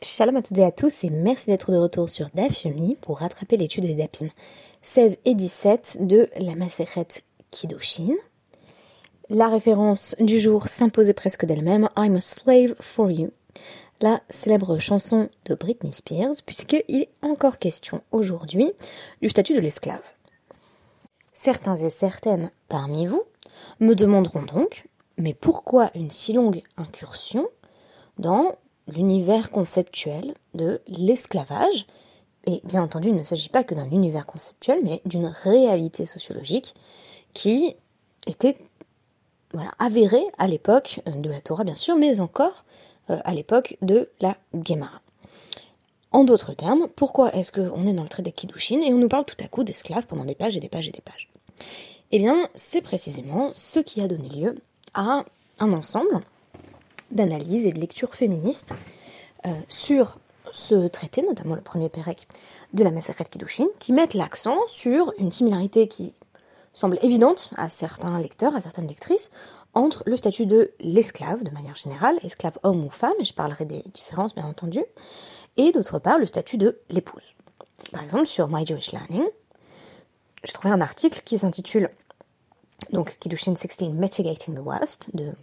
Shalom à toutes et à tous et merci d'être de retour sur Daf Yomi pour rattraper l'étude des Dapim 16 et 17 de la Masechet Kiddushin. La référence du jour s'imposait presque d'elle-même, I'm a slave for you, la célèbre chanson de Britney Spears, puisqu'il est encore question aujourd'hui du statut de l'esclave. Certains et certaines parmi vous me demanderont donc, mais pourquoi une si longue incursion dans l'univers conceptuel de l'esclavage? Et bien entendu, il ne s'agit pas que d'un univers conceptuel, mais d'une réalité sociologique qui était avérée à l'époque de la Torah, bien sûr, mais encore à l'époque de la Gemara. En d'autres termes, pourquoi est-ce qu'on est dans le trait des Kiddushin et on nous parle tout à coup d'esclaves pendant des pages et des pages et des pages? Eh bien, c'est précisément ce qui a donné lieu à un ensemble d'analyses et de lectures féministes sur ce traité, notamment le premier pérec de la Masechet Kiddushin, qui mettent l'accent sur une similarité qui semble évidente à certains lecteurs, à certaines lectrices, entre le statut de l'esclave, de manière générale, esclave homme ou femme, et je parlerai des différences bien entendu, et d'autre part le statut de l'épouse. Par exemple, sur My Jewish Learning, j'ai trouvé un article qui s'intitule donc Kiddushin 16 Mitigating the Worst de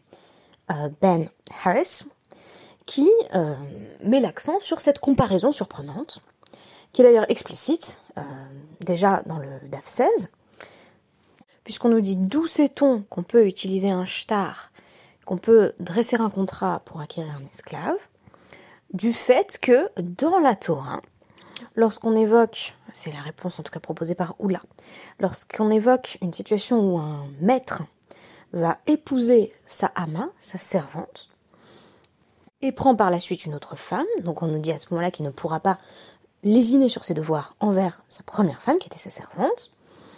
Ben Harris, qui met l'accent sur cette comparaison surprenante, qui est d'ailleurs explicite, déjà dans le DAF 16, puisqu'on nous dit d'où sait-on qu'on peut utiliser un shtar, qu'on peut dresser un contrat pour acquérir un esclave, du fait que dans la Torah, lorsqu'on évoque, c'est la réponse en tout cas proposée par Oula, lorsqu'on évoque une situation où un maître va épouser sa ama, sa servante, et prend par la suite une autre femme, donc on nous dit à ce moment-là qu'il ne pourra pas lésiner sur ses devoirs envers sa première femme, qui était sa servante.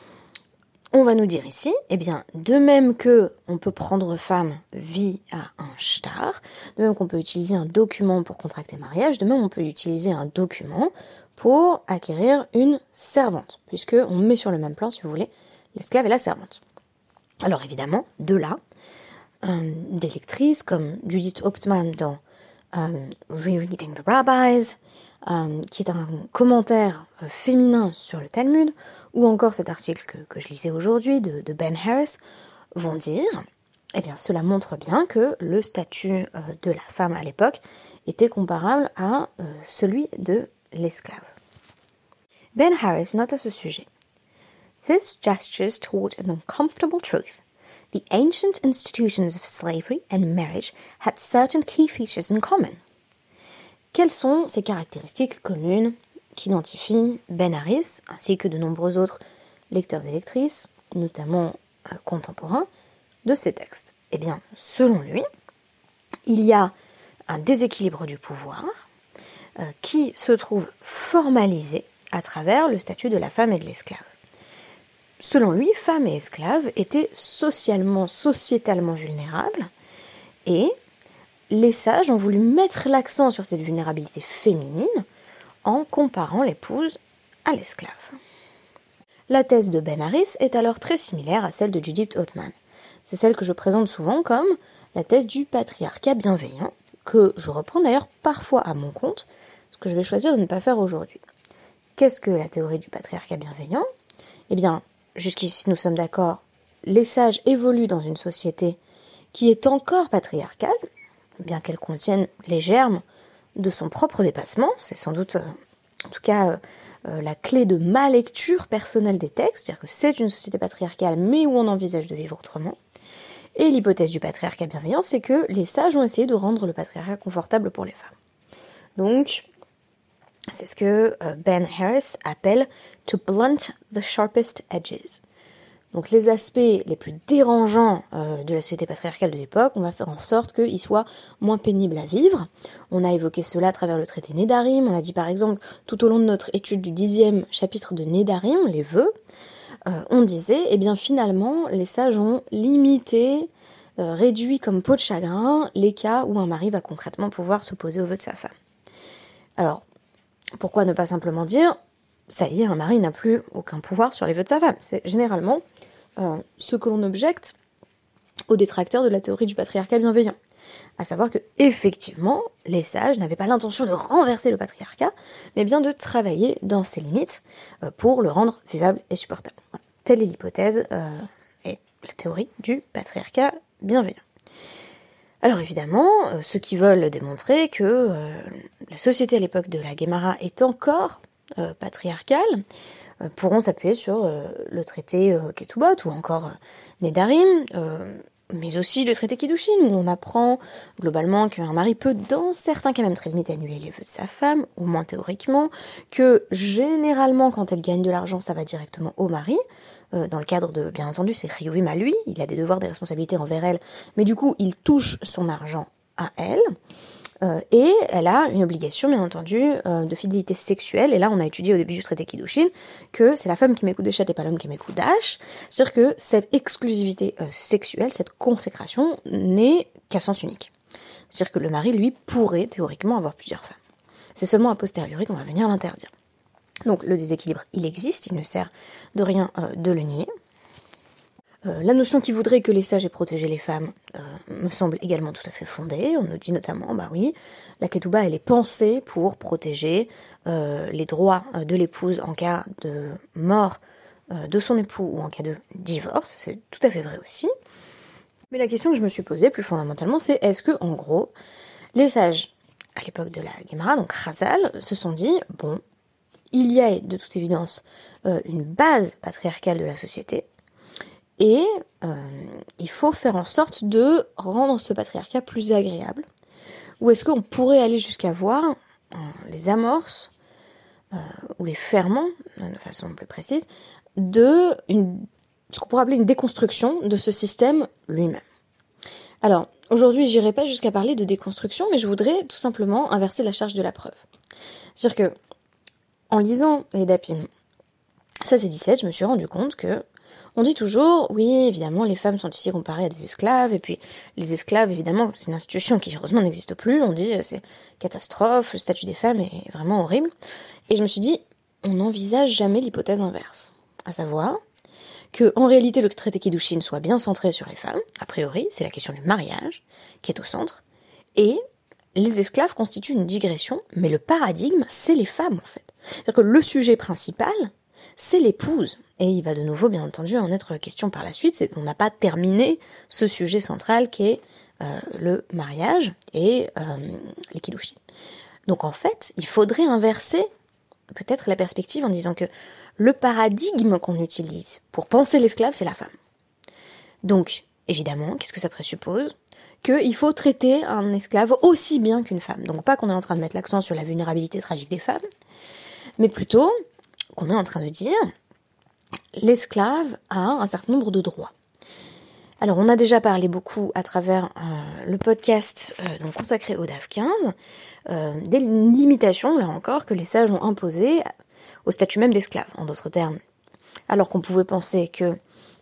On va nous dire ici, eh bien, de même que on peut prendre femme via un shtar, de même qu'on peut utiliser un document pour contracter mariage, de même on peut utiliser un document pour acquérir une servante, puisque on met sur le même plan, si vous voulez, l'esclave et la servante. Alors évidemment, de là, des lectrices comme Judith Hauptmann dans Rereading the Rabbis, qui est un commentaire féminin sur le Talmud, ou encore cet article que je lisais aujourd'hui de Ben Harris, vont dire, eh bien cela montre bien que le statut de la femme à l'époque était comparable à celui de l'esclave. Ben Harris note à ce sujet: This gestures toward an uncomfortable truth. The ancient institutions of slavery and marriage had certain key features in common. Quelles sont ces caractéristiques communes qu'identifie Ben Harris, ainsi que de nombreux autres lecteurs et lectrices, notamment contemporains, de ces textes? Eh bien, selon lui, il y a un déséquilibre du pouvoir qui se trouve formalisé à travers le statut de la femme et de l'esclave. Selon lui, femmes et esclaves étaient sociétalement vulnérables, et les sages ont voulu mettre l'accent sur cette vulnérabilité féminine en comparant l'épouse à l'esclave. La thèse de Ben Harris est alors très similaire à celle de Judith Hauptmann. C'est celle que je présente souvent comme la thèse du patriarcat bienveillant, que je reprends d'ailleurs parfois à mon compte, ce que je vais choisir de ne pas faire aujourd'hui. Qu'est-ce que la théorie du patriarcat bienveillant? Eh bien, jusqu'ici nous sommes d'accord, les sages évoluent dans une société qui est encore patriarcale, bien qu'elle contienne les germes de son propre dépassement. C'est sans doute, en tout cas, la clé de ma lecture personnelle des textes, c'est-à-dire que c'est une société patriarcale, mais où on envisage de vivre autrement. Et l'hypothèse du patriarcat bienveillant, c'est que les sages ont essayé de rendre le patriarcat confortable pour les femmes. Donc, c'est ce que Ben Harris appelle « to blunt the sharpest edges ». Donc les aspects les plus dérangeants de la société patriarcale de l'époque, on va faire en sorte qu'ils soient moins pénibles à vivre. On a évoqué cela à travers le traité Nédarim, on a dit par exemple tout au long de notre étude du 10e chapitre de Nédarim, les vœux, on disait, eh bien finalement, les sages ont limité, réduit comme peau de chagrin, les cas où un mari va concrètement pouvoir s'opposer aux vœux de sa femme. Alors, pourquoi ne pas simplement dire, ça y est, un mari n'a plus aucun pouvoir sur les vœux de sa femme? C'est généralement ce que l'on objecte aux détracteurs de la théorie du patriarcat bienveillant. À savoir que, effectivement, les sages n'avaient pas l'intention de renverser le patriarcat, mais bien de travailler dans ses limites pour le rendre vivable et supportable. Voilà. Telle est l'hypothèse et la théorie du patriarcat bienveillant. Alors évidemment, ceux qui veulent démontrer que la société à l'époque de la Guémara est encore patriarcale, pourront s'appuyer sur le traité Ketubot ou encore Nedarim, mais aussi le traité Kiddushin, où on apprend globalement qu'un mari peut, dans certains cas même très limités, annuler les vœux de sa femme, au moins théoriquement, que généralement quand elle gagne de l'argent, ça va directement au mari, dans le cadre de, bien entendu, c'est Chiyuvim à lui, il a des devoirs, des responsabilités envers elle, mais du coup, il touche son argent à elle, et elle a une obligation, bien entendu, de fidélité sexuelle. Et là, on a étudié au début du traité Kiddushin que c'est la femme qui m'écoute des chats et pas l'homme qui m'écoute d'âge. C'est-à-dire que cette exclusivité sexuelle, cette consécration, n'est qu'à sens unique. C'est-à-dire que le mari, lui, pourrait théoriquement avoir plusieurs femmes. C'est seulement a posteriori qu'on va venir l'interdire. Donc le déséquilibre, il existe, il ne sert de rien de le nier. La notion qui voudrait que les sages aient protégé les femmes me semble également tout à fait fondée. On nous dit notamment, bah oui, la ketouba, elle est pensée pour protéger les droits de l'épouse en cas de mort de son époux ou en cas de divorce. C'est tout à fait vrai aussi. Mais la question que je me suis posée plus fondamentalement, c'est est-ce que, en gros, les sages, à l'époque de la Guémara, donc Chazal, se sont dit, bon, il y a de toute évidence une base patriarcale de la société, et il faut faire en sorte de rendre ce patriarcat plus agréable. Ou est-ce qu'on pourrait aller jusqu'à voir les amorces, ou les ferments, de façon plus précise, de ce qu'on pourrait appeler une déconstruction de ce système lui-même. Alors, aujourd'hui, j'irai pas jusqu'à parler de déconstruction, mais je voudrais tout simplement inverser la charge de la preuve. C'est-à-dire que, en lisant les Dapim 16 et 17, je me suis rendu compte que on dit toujours, oui, évidemment, les femmes sont ici comparées à des esclaves, et puis les esclaves, évidemment, c'est une institution qui heureusement n'existe plus, on dit c'est catastrophe, le statut des femmes est vraiment horrible. Et je me suis dit, on n'envisage jamais l'hypothèse inverse, à savoir que en réalité le traité Kiddushin soit bien centré sur les femmes, a priori, c'est la question du mariage qui est au centre, et les esclaves constituent une digression, mais le paradigme, c'est les femmes en fait. C'est-à-dire que le sujet principal, c'est l'épouse. Et il va de nouveau, bien entendu, en être question par la suite. On n'a pas terminé ce sujet central qui est le mariage et les kiddushin. Donc en fait, il faudrait inverser peut-être la perspective en disant que le paradigme qu'on utilise pour penser l'esclave, c'est la femme. Donc, évidemment, qu'est-ce que ça présuppose ? Qu'il faut traiter un esclave aussi bien qu'une femme. Donc pas qu'on est en train de mettre l'accent sur la vulnérabilité tragique des femmes, mais plutôt qu'on est en train de dire l'esclave a un certain nombre de droits. Alors on a déjà parlé beaucoup à travers le podcast donc consacré au DAF 15, des limitations, là encore, que les sages ont imposées au statut même d'esclave, en d'autres termes. Alors qu'on pouvait penser que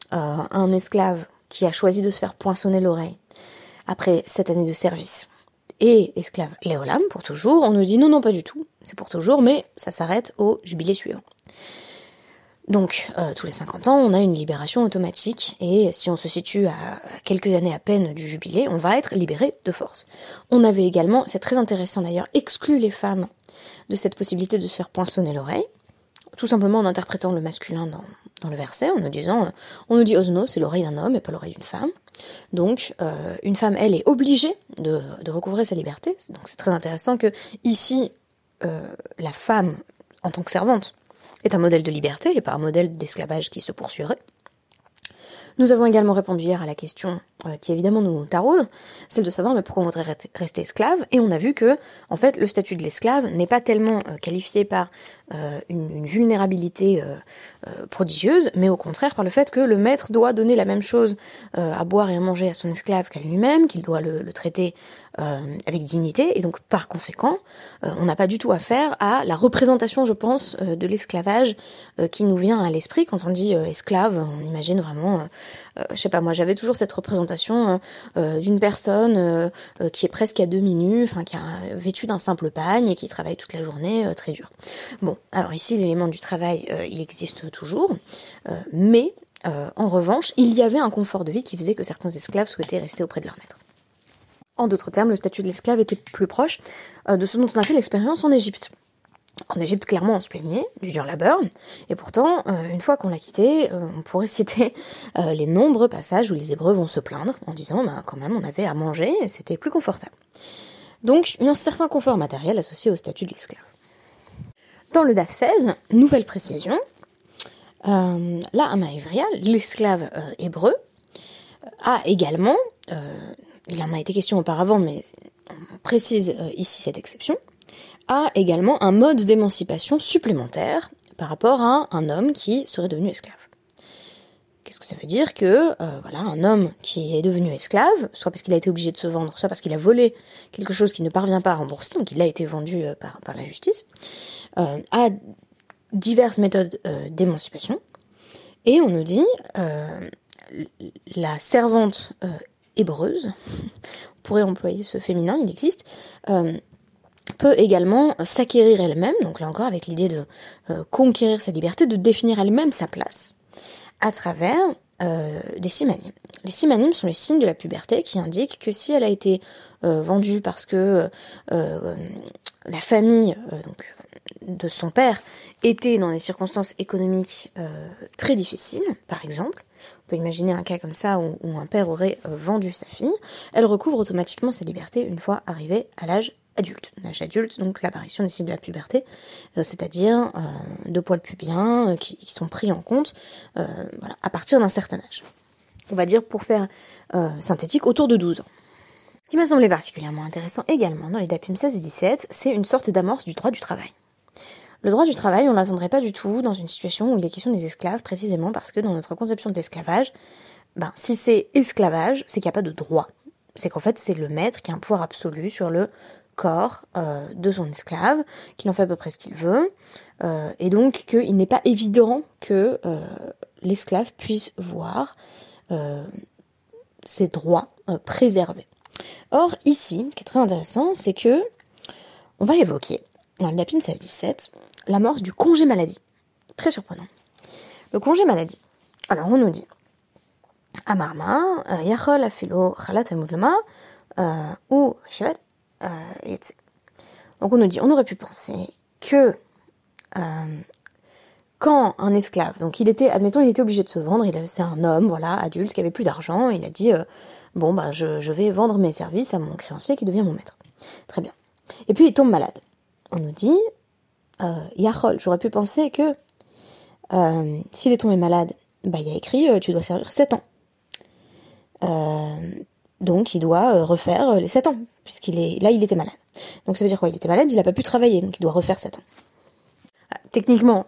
un esclave qui a choisi de se faire poinçonner l'oreille après 7 années de service et esclave Léolam pour toujours, on nous dit non, pas du tout, c'est pour toujours, mais ça s'arrête au jubilé suivant. Donc, tous les 50 ans, on a une libération automatique, et si on se situe à quelques années à peine du jubilé, on va être libéré de force. On avait également, c'est très intéressant d'ailleurs, exclu les femmes de cette possibilité de se faire poinçonner l'oreille, tout simplement en interprétant le masculin dans le verset, en nous disant, on nous dit osno, c'est l'oreille d'un homme et pas l'oreille d'une femme. Donc, une femme, elle, est obligée de recouvrer sa liberté. Donc c'est très intéressant que, ici, la femme, en tant que servante, est un modèle de liberté et pas un modèle d'esclavage qui se poursuivrait. Nous avons également répondu hier à la question qui évidemment nous taraude, celle de savoir mais pourquoi on voudrait rester esclave, et on a vu que en fait le statut de l'esclave n'est pas tellement qualifié par une vulnérabilité prodigieuse, mais au contraire par le fait que le maître doit donner la même chose à boire et à manger à son esclave qu'à lui-même, qu'il doit le traiter avec dignité, et donc par conséquent on n'a pas du tout affaire à la représentation, je pense, de l'esclavage qui nous vient à l'esprit quand on dit esclave. On imagine vraiment je sais pas, moi j'avais toujours cette représentation d'une personne qui est presque à demi-nue, enfin qui a vêtu d'un simple pagne et qui travaille toute la journée très dur. Bon, alors ici l'élément du travail il existe toujours, mais en revanche il y avait un confort de vie qui faisait que certains esclaves souhaitaient rester auprès de leur maître. En d'autres termes, le statut de l'esclave était plus proche de ce dont on a fait l'expérience en Égypte. En Égypte, clairement, on se plaignait du dur labeur, et pourtant, une fois qu'on l'a quitté, on pourrait citer les nombreux passages où les Hébreux vont se plaindre en disant, quand même, on avait à manger et c'était plus confortable. Donc, un certain confort matériel associé au statut de l'esclave. Dans le DAF 16, nouvelle précision, la Hama Ivria, l'esclave hébreu, a également, il en a été question auparavant, mais on précise ici cette exception, a également un mode d'émancipation supplémentaire par rapport à un homme qui serait devenu esclave. Qu'est-ce que ça veut dire? Que un homme qui est devenu esclave, soit parce qu'il a été obligé de se vendre, soit parce qu'il a volé quelque chose qu'il ne parvient pas à rembourser, donc il a été vendu par la justice, a diverses méthodes d'émancipation, et on nous dit la servante hébreuse, on pourrait employer ce féminin, il existe, peut également s'acquérir elle-même, donc là encore avec l'idée de conquérir sa liberté, de définir elle-même sa place, à travers des simanim. Les simanim sont les signes de la puberté qui indiquent que si elle a été vendue parce que la famille de son père était dans des circonstances économiques très difficiles, par exemple, on peut imaginer un cas comme ça où un père aurait vendu sa fille, elle recouvre automatiquement sa liberté une fois arrivée à l'âge adulte. L'âge adulte, donc l'apparition des signes de la puberté, c'est-à-dire de poils pubiens qui sont pris en compte à partir d'un certain âge. On va dire, pour faire synthétique, autour de 12 ans. Ce qui m'a semblé particulièrement intéressant également dans les DAPIM 16 et 17, c'est une sorte d'amorce du droit du travail. Le droit du travail, on ne l'attendrait pas du tout dans une situation où il est question des esclaves, précisément parce que dans notre conception de l'esclavage, si c'est esclavage, c'est qu'il n'y a pas de droit. C'est qu'en fait, c'est le maître qui a un pouvoir absolu sur le corps de son esclave, qu'il en fait à peu près ce qu'il veut, et donc qu'il n'est pas évident que l'esclave puisse voir ses droits préservés. Or, ici, ce qui est très intéressant, c'est que on va évoquer, dans le DAPIM 16-17, l'amorce du congé maladie. Très surprenant. Le congé maladie. Alors, on nous dit, Amarma, Yachol afilo chalat al-mudlama, ou Shivat, donc on nous dit, on aurait pu penser que quand un esclave, donc il était obligé de se vendre, c'est un homme, adulte, qui avait plus d'argent, il a dit, je vais vendre mes services à mon créancier qui devient mon maître. Très bien. Et puis il tombe malade. On nous dit, Yachol, j'aurais pu penser que s'il est tombé malade, il y a écrit, tu dois servir 7 ans. Donc il doit refaire les 7 ans, il était malade. Donc ça veut dire quoi? Il était malade, il n'a pas pu travailler, donc il doit refaire 7 ans. Techniquement,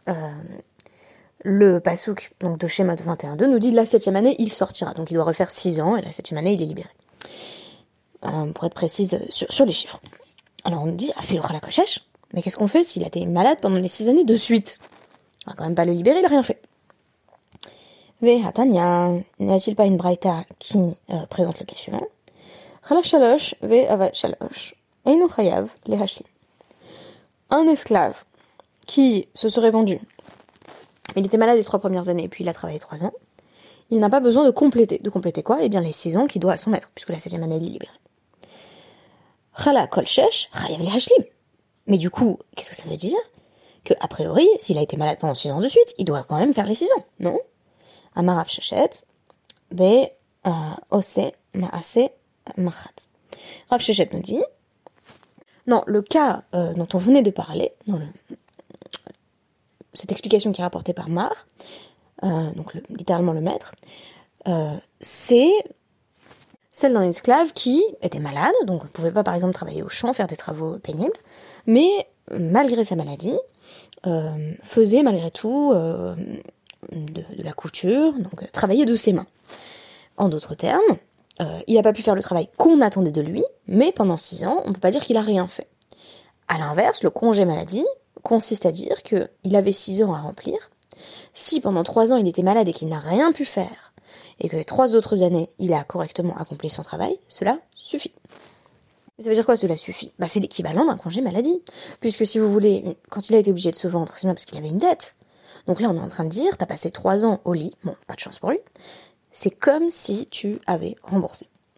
le pasouk donc de Shemot 21.2 nous dit la 7e année, il sortira. Donc il doit refaire 6 ans, et la 7e année, il est libéré. Pour être précise sur les chiffres. Alors on nous dit, afilo chala koshesh, mais qu'est-ce qu'on fait s'il a été malade pendant les 6 années de suite? On va quand même pas le libérer, il n'a rien fait. Ve Hatanya, n'y a-t-il pas une braïta qui présente le cas suivant? Chala shalosh ve avad shalosh, einu chayav le hashlim. Un esclave qui se serait vendu, il était malade les 3 premières années, et puis il a travaillé 3 ans, il n'a pas besoin de compléter. De compléter quoi? Eh bien les 6 ans qu'il doit à son maître, puisque la 7e année, il est libéré. Chala kol shesh, chayav le hashlim. Mais du coup, qu'est-ce que ça veut dire? Que, a priori, s'il a été malade pendant 6 ans de suite, il doit quand même faire les 6 ans, non? Amarav Shechet, Be Ose Maase Machat. Rav Shechet nous dit, non, le cas dont on venait de parler, cette explication qui est rapportée par Mar, donc littéralement le maître, c'est celle d'un esclave qui était malade, donc ne pouvait pas par exemple travailler au champ, faire des travaux pénibles, mais malgré sa maladie, faisait malgré tout de la couture, donc travailler de ses mains. En d'autres termes, il n'a pas pu faire le travail qu'on attendait de lui, mais pendant 6 ans, on ne peut pas dire qu'il a rien fait. À l'inverse, le congé maladie consiste à dire qu'il avait 6 ans à remplir. Si pendant 3 ans il était malade et qu'il n'a rien pu faire, et que les 3 autres années il a correctement accompli son travail, cela suffit. Ça veut dire quoi, cela suffit? C'est l'équivalent d'un congé maladie. Puisque si vous voulez, quand il a été obligé de se vendre, c'est bien parce qu'il avait une dette. Donc là, on est en train de dire, t'as passé 3 ans au lit, bon, pas de chance pour lui, c'est comme si tu avais remboursé.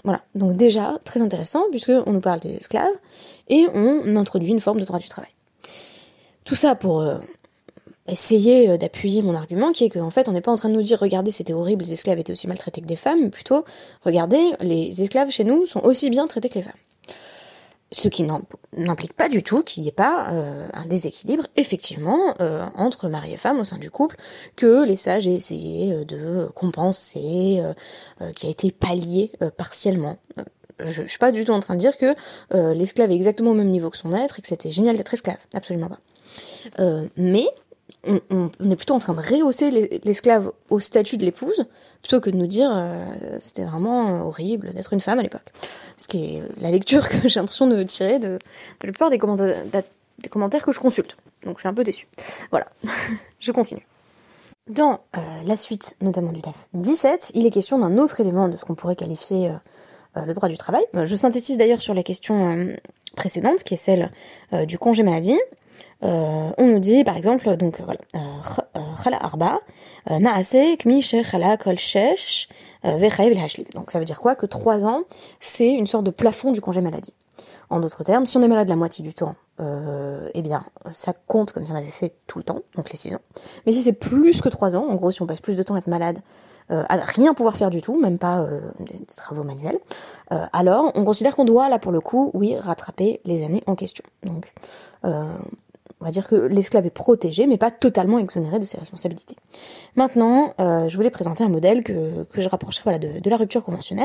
Voilà, donc déjà, très intéressant, puisqu'on nous parle des esclaves, et on introduit une forme de droit du travail. Tout ça pour essayer d'appuyer mon argument, qui est qu'en fait, on n'est pas en train de nous dire, regardez, c'était horrible, les esclaves étaient aussi maltraités que des femmes, mais plutôt, regardez, les esclaves chez nous sont aussi bien traités que les femmes. Ce qui n'implique pas du tout qu'il n'y ait pas un déséquilibre, effectivement, entre mari et femme au sein du couple, que les sages aient essayé de compenser, qui a été pallié partiellement. Je suis pas du tout en train de dire que l'esclave est exactement au même niveau que son maître et que c'était génial d'être esclave, absolument pas. Mais on est plutôt en train de rehausser l'esclave au statut de l'épouse, plutôt que de nous dire c'était vraiment horrible d'être une femme à l'époque. Ce qui est la lecture que j'ai l'impression de tirer de la plupart des commentaires que je consulte. Donc je suis un peu déçue. Voilà, je continue. Dans la suite, notamment du DAF 17, il est question d'un autre élément de ce qu'on pourrait qualifier le droit du travail. Je synthétise d'ailleurs sur la question précédente, qui est celle du congé maladie. On nous dit, par exemple, donc voilà, chala arba, naase kmi she chala kol shesh, vechayev hashlim. Donc ça veut dire quoi? Que 3 ans, c'est une sorte de plafond du congé maladie. En d'autres termes, si on est malade la moitié du temps, eh bien, ça compte comme si on avait fait tout le temps, donc les 6 ans. Mais si c'est plus que 3 ans, en gros, si on passe plus de temps à être malade, à rien pouvoir faire du tout, même pas des travaux manuels, alors on considère qu'on doit, là pour le coup, oui, rattraper les années en question. Donc, on va dire que l'esclave est protégé, mais pas totalement exonéré de ses responsabilités. Maintenant, je voulais présenter un modèle que je rapprocherai voilà, de la rupture conventionnelle.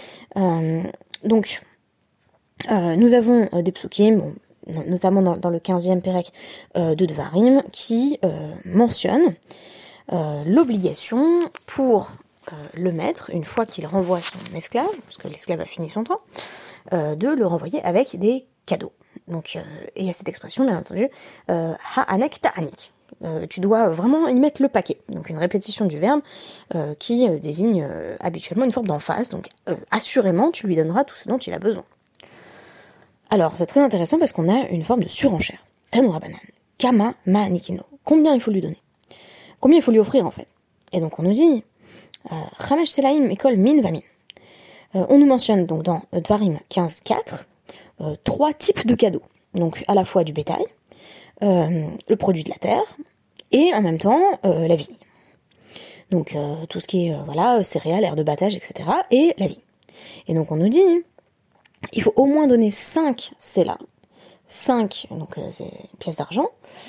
Donc, nous avons des psukim, bon, notamment dans le 15e Pérec de Devarim, qui mentionne l'obligation pour le maître, une fois qu'il renvoie son esclave, parce que l'esclave a fini son temps, de le renvoyer avec des cadeaux. Donc, et il y a cette expression, bien entendu, ha'anek ta'anik. Tu dois vraiment y mettre le paquet. Donc une répétition du verbe qui désigne habituellement une forme d'emphase. Donc assurément, tu lui donneras tout ce dont il a besoin. Alors, c'est très intéressant parce qu'on a une forme de surenchère. Tanoura banan, kama ma nikino. Combien il faut lui donner? Combien il faut lui offrir, en fait? Et donc, on nous dit, chamesh selaim ekol min vamin. On nous mentionne donc dans Dvarim 15.4 3 types de cadeaux. Donc, à la fois du bétail, le produit de la terre, et en même temps, la vigne. Donc, tout ce qui est, voilà, céréales, aires de battage, etc., et la vigne. Et donc, on nous dit, il faut au moins donner 5 célas, 5, donc c'est une pièce d'argent,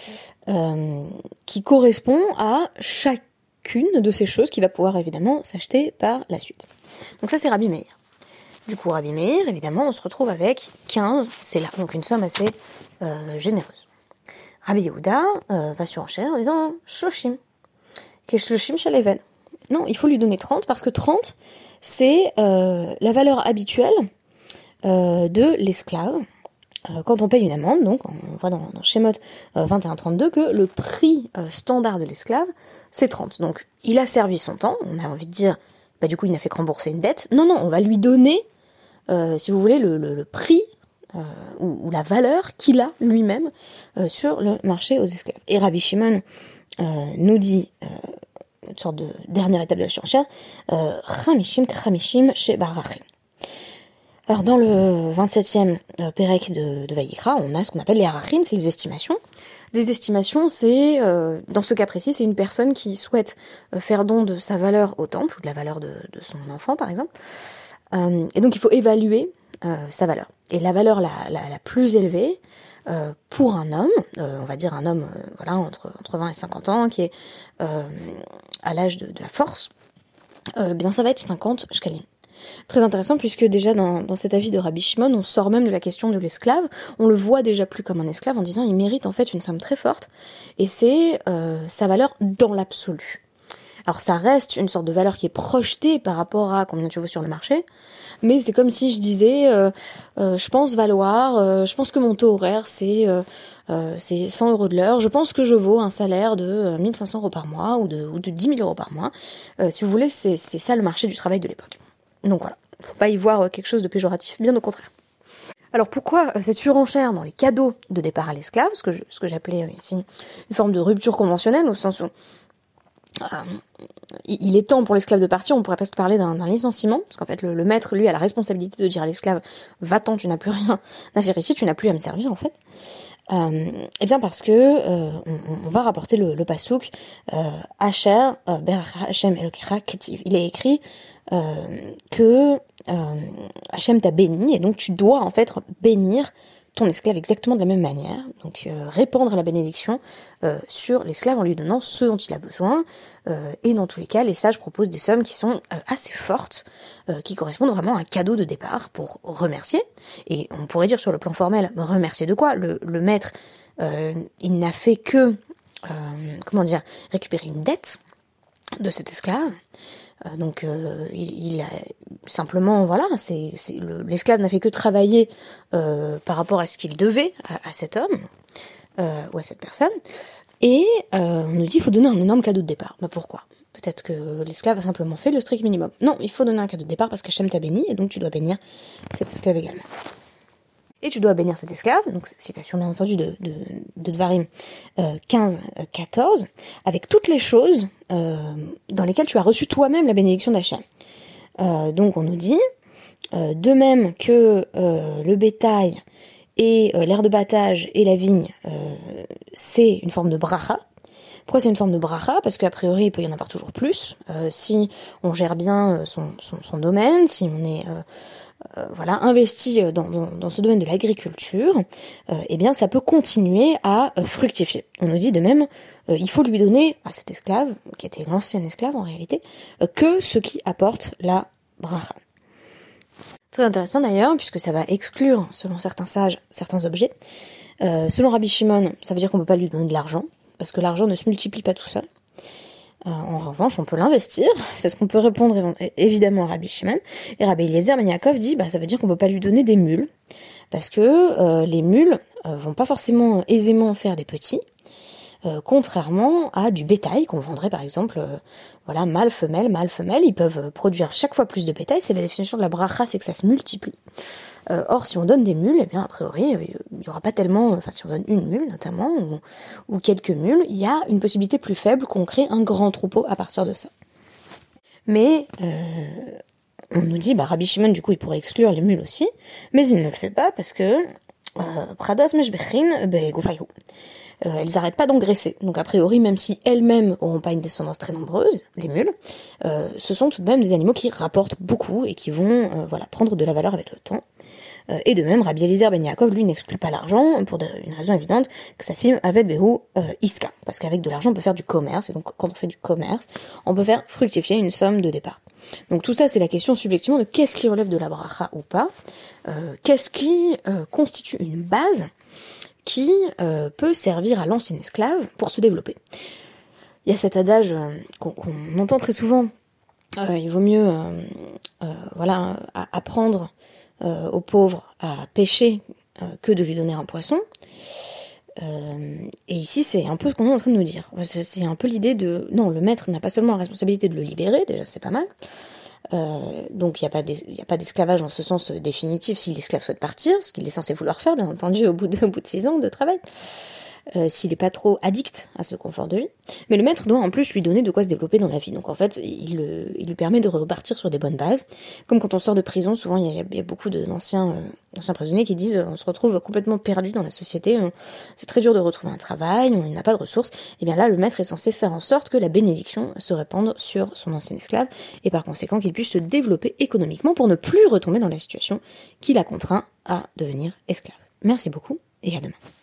qui correspond à chacune de ces choses qui va pouvoir évidemment s'acheter par la suite. Donc ça c'est Rabbi Meir. Du coup Rabbi Meir, évidemment, on se retrouve avec 15 célas, donc une somme assez généreuse. Rabbi Yehuda va surenchère en disant « Shoshim, Keshloshim Shaleven ». Non, il faut lui donner 30 parce que 30, c'est la valeur habituelle de l'esclave quand on paye une amende. Donc on voit dans Shemot 21-32 que le prix standard de l'esclave c'est 30. Donc il a servi son temps, on a envie de dire bah du coup il n'a fait que rembourser une dette. Non, on va lui donner si vous voulez le prix ou la valeur qu'il a lui-même sur le marché aux esclaves. Et Rabbi Shimon nous dit une sorte de dernière étape de la surenchère, Chamishim k'chamishim shebarachim. Alors dans le 27e Pérec de Vayikra, on a ce qu'on appelle les harachin, c'est les estimations. Les estimations, c'est, dans ce cas précis, c'est une personne qui souhaite faire don de sa valeur au temple, ou de la valeur de son enfant par exemple, et donc il faut évaluer sa valeur. Et la valeur la plus élevée, pour un homme, on va dire un homme voilà entre 20 et 50 ans, qui est à l'âge de la force, bien ça va être 50 shkalim. Très intéressant puisque déjà dans cet avis de Rabbi Shimon, on sort même de la question de l'esclave, on le voit déjà plus comme un esclave en disant il mérite en fait une somme très forte et c'est sa valeur dans l'absolu. Alors ça reste une sorte de valeur qui est projetée par rapport à combien tu vaux sur le marché, mais c'est comme si je disais je pense valoir, je pense que mon taux horaire c'est 100 euros de l'heure, je pense que je vaux un salaire de 1500 euros par mois ou de 10 000 euros par mois. Si vous voulez, c'est ça le marché du travail de l'époque. Donc voilà, faut pas y voir quelque chose de péjoratif, bien au contraire. Alors pourquoi cette surenchère dans les cadeaux de départ à l'esclave, ce que j'appelais ici une forme de rupture conventionnelle, au sens où il est temps pour l'esclave de partir, on pourrait presque parler d'un licenciement, parce qu'en fait le maître, lui, a la responsabilité de dire à l'esclave, va-t'en, tu n'as plus rien à faire ici, tu n'as plus à me servir, en fait. Eh bien parce que on va rapporter le pasouk Asher Berach Hashem Elokecha Ketiv. Il est écrit que Hashem t'a béni, et donc tu dois en fait bénir ton esclave exactement de la même manière, donc répandre la bénédiction sur l'esclave en lui donnant ce dont il a besoin, et dans tous les cas, les sages proposent des sommes qui sont assez fortes, qui correspondent vraiment à un cadeau de départ pour remercier, et on pourrait dire sur le plan formel, remercier de quoi ? Le maître, il n'a fait que, récupérer une dette de cet esclave. Donc il a simplement, voilà, l'esclave n'a fait que travailler par rapport à ce qu'il devait à cet homme ou à cette personne, et on nous dit il faut donner un énorme cadeau de départ. Bah pourquoi ? Peut-être que l'esclave a simplement fait le strict minimum. Non, il faut donner un cadeau de départ parce qu'Hachem t'a béni, et donc tu dois bénir cet esclave également. Et tu dois bénir cet esclave, donc citation bien entendu de Dvarim 15-14, avec toutes les choses dans lesquelles tu as reçu toi-même la bénédiction d'Hachem. Donc on nous dit, de même que le bétail et l'aire de battage et la vigne, c'est une forme de bracha. Pourquoi c'est une forme de bracha ? Parce qu'a priori, il peut y en avoir toujours plus. Si on gère bien son domaine, si on est investi dans ce domaine de l'agriculture, eh bien ça peut continuer à fructifier. On nous dit de même, il faut lui donner à cet esclave, qui était l'ancien esclave en réalité, que ce qui apporte la bracha. Très intéressant d'ailleurs, puisque ça va exclure, selon certains sages, certains objets. Selon Rabbi Shimon, ça veut dire qu'on peut pas lui donner de l'argent, parce que l'argent ne se multiplie pas tout seul. En revanche, on peut l'investir, c'est ce qu'on peut répondre évidemment à Rabbi Shimon. Et Rabbi Eliezer Ben Yaakov dit, ça veut dire qu'on peut pas lui donner des mules, parce que les mules vont pas forcément aisément faire des petits, contrairement à du bétail qu'on vendrait par exemple, mâle, femelle, ils peuvent produire chaque fois plus de bétail, c'est la définition de la bracha, c'est que ça se multiplie. Or, si on donne des mules, eh bien, a priori, il n'y aura pas tellement, si on donne une mule, notamment, ou quelques mules, il y a une possibilité plus faible qu'on crée un grand troupeau à partir de ça. Mais, on nous dit, Rabbi Shimon, du coup, il pourrait exclure les mules aussi, mais il ne le fait pas parce que, Prados Meshbechin, Goufaïhou. Elles n'arrêtent pas d'engraisser. Donc a priori, même si elles-mêmes n'auront pas une descendance très nombreuse, les mules, ce sont tout de même des animaux qui rapportent beaucoup et qui vont prendre de la valeur avec le temps. Et de même, Rabbi Eliezer Ben Yaakov, lui, n'exclut pas l'argent pour une raison évidente, que sa fille avait Behu Iska. Parce qu'avec de l'argent, on peut faire du commerce, et donc quand on fait du commerce, on peut faire fructifier une somme de départ. Donc tout ça, c'est la question subjectivement de qu'est-ce qui relève de la bracha ou pas, qu'est-ce qui constitue une base qui peut servir à l'ancien esclave pour se développer. Il y a cet adage qu'on entend très souvent, il vaut mieux apprendre aux pauvres à pêcher que de lui donner un poisson. Et ici, c'est un peu ce qu'on est en train de nous dire. C'est un peu l'idée de... Non, le maître n'a pas seulement la responsabilité de le libérer, déjà c'est pas mal. Donc il n'y a pas d'esclavage en ce sens définitif si l'esclave souhaite partir, ce qu'il est censé vouloir faire, bien entendu, au bout de 6 ans de travail. S'il n'est pas trop addict à ce confort de vie. Mais le maître doit en plus lui donner de quoi se développer dans la vie. Donc en fait, il lui permet de repartir sur des bonnes bases. Comme quand on sort de prison, souvent il y a beaucoup d'anciens prisonniers qui disent on se retrouve complètement perdu dans la société, c'est très dur de retrouver un travail, on n'a pas de ressources. Et bien là, le maître est censé faire en sorte que la bénédiction se répande sur son ancien esclave et par conséquent qu'il puisse se développer économiquement pour ne plus retomber dans la situation qui l'a contraint à devenir esclave. Merci beaucoup et à demain.